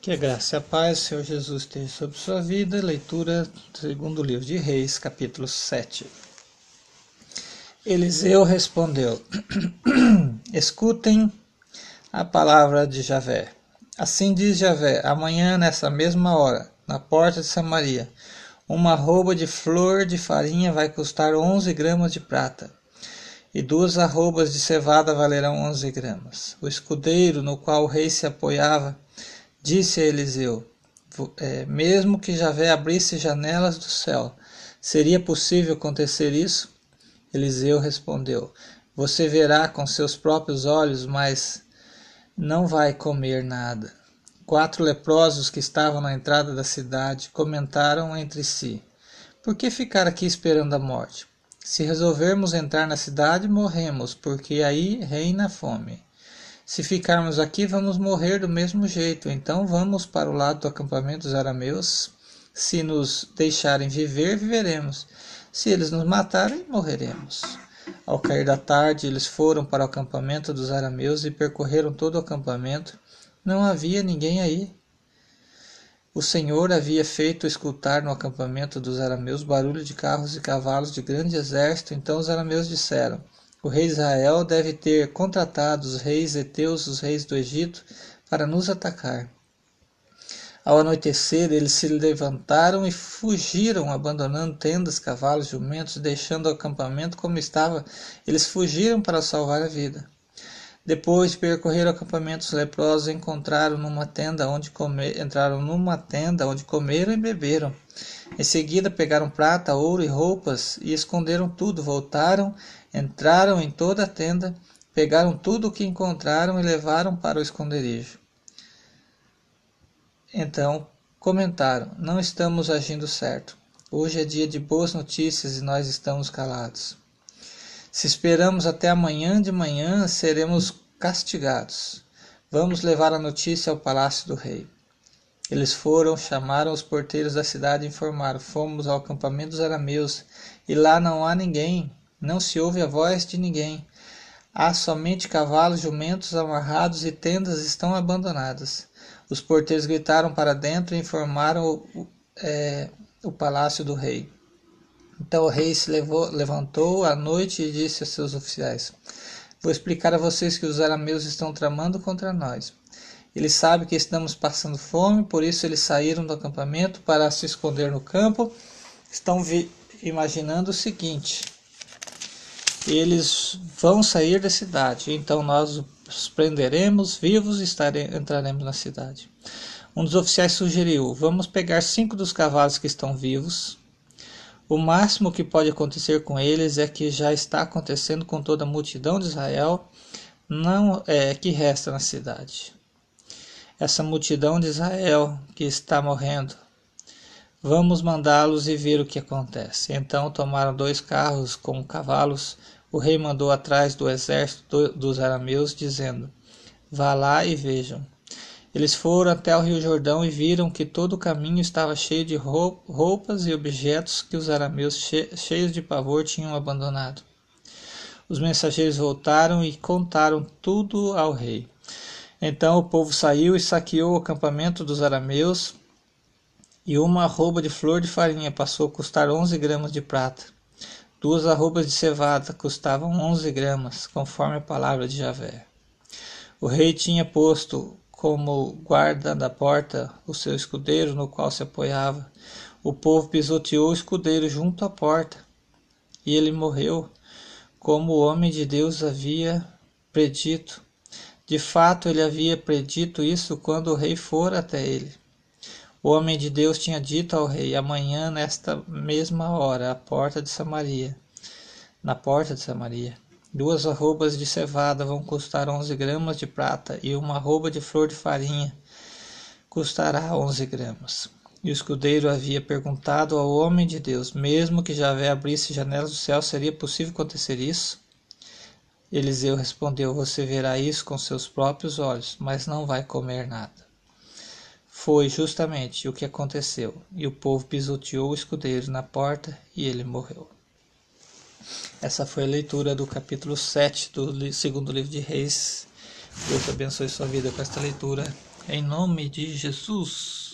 Que a graça e a paz do Senhor Jesus esteja sobre sua vida. Leitura do segundo livro de Reis, capítulo 7. Eliseu respondeu: Escutem a palavra de Javé. Assim diz Javé: amanhã, nessa mesma hora, na porta de Samaria, uma arroba de flor de farinha vai custar 11 gramas de prata, e 2 arrobas de cevada valerão 11 gramas. O escudeiro no qual o rei se apoiava disse a Eliseu: mesmo que Javé abrisse janelas do céu, seria possível acontecer isso? Eliseu respondeu: Você verá com seus próprios olhos, mas não vai comer nada. 4 leprosos que estavam na entrada da cidade comentaram entre si: Por que ficar aqui esperando a morte? Se resolvermos entrar na cidade, morremos, porque aí reina a fome. Se ficarmos aqui, vamos morrer do mesmo jeito. Então vamos para o lado do acampamento dos arameus. Se nos deixarem viver, viveremos. Se eles nos matarem, morreremos. Ao cair da tarde, eles foram para o acampamento dos arameus e percorreram todo o acampamento. Não havia ninguém aí. O Senhor havia feito escutar no acampamento dos arameus barulho de carros e cavalos de grande exército. Então os arameus disseram: O rei Israel deve ter contratado os reis heteus, os reis do Egito, para nos atacar. Ao anoitecer, eles se levantaram e fugiram, abandonando tendas, cavalos, jumentos, deixando o acampamento como estava. Eles fugiram para salvar a vida. Depois de percorrer o acampamento, os leprosos entraram numa tenda onde comeram e beberam. Em seguida, pegaram prata, ouro e roupas e esconderam tudo. Voltaram, entraram em toda a tenda, pegaram tudo o que encontraram e levaram para o esconderijo. Então comentaram: Não estamos agindo certo. Hoje é dia de boas notícias e nós estamos calados. Se esperamos até amanhã de manhã, seremos castigados. Vamos levar a notícia ao palácio do rei. Eles foram, chamaram os porteiros da cidade e informaram: Fomos ao acampamento dos arameus e lá não há ninguém, não se ouve a voz de ninguém. Há somente cavalos, jumentos amarrados e tendas estão abandonadas. Os porteiros gritaram para dentro e informaram o palácio do rei. Então o rei se levantou à noite e disse a seus oficiais: Vou explicar a vocês que os arameus estão tramando contra nós. Eles sabem que estamos passando fome, por isso eles saíram do acampamento para se esconder no campo. Estão imaginando o seguinte: eles vão sair da cidade, então nós os prenderemos vivos e entraremos na cidade. Um dos oficiais sugeriu: Vamos pegar 5 dos cavalos que estão vivos. O máximo que pode acontecer com eles é que já está acontecendo com toda a multidão de Israel, que resta na cidade. Essa multidão de Israel que está morrendo, vamos mandá-los e ver o que acontece. Então tomaram 2 carros com cavalos. O rei mandou atrás do exército dos arameus, dizendo: Vá lá e vejam. Eles foram até o rio Jordão e viram que todo o caminho estava cheio de roupas e objetos que os arameus, cheios de pavor, tinham abandonado. Os mensageiros voltaram e contaram tudo ao rei. Então o povo saiu e saqueou o acampamento dos arameus, e uma arroba de flor de farinha passou a custar 11 gramas de prata. 2 arrobas de cevada custavam 11 gramas, conforme a palavra de Javé. O rei tinha posto como guarda da porta o seu escudeiro, no qual se apoiava. O povo pisoteou o escudeiro junto à porta, e ele morreu, como o homem de Deus havia predito. De fato, ele havia predito isso quando o rei fora até ele. O homem de Deus tinha dito ao rei: Amanhã, nesta mesma hora, na porta de Samaria, 2 arrobas de cevada vão custar 11 gramas de prata, e uma arroba de flor de farinha custará 11 gramas. E o escudeiro havia perguntado ao homem de Deus: Mesmo que Javé abrisse janelas do céu, seria possível acontecer isso? Eliseu respondeu: Você verá isso com seus próprios olhos, mas não vai comer nada. Foi justamente o que aconteceu, e o povo pisoteou o escudeiro na porta, e ele morreu. Essa foi a leitura do capítulo 7 do segundo livro de Reis. Deus abençoe sua vida com esta leitura. Em nome de Jesus.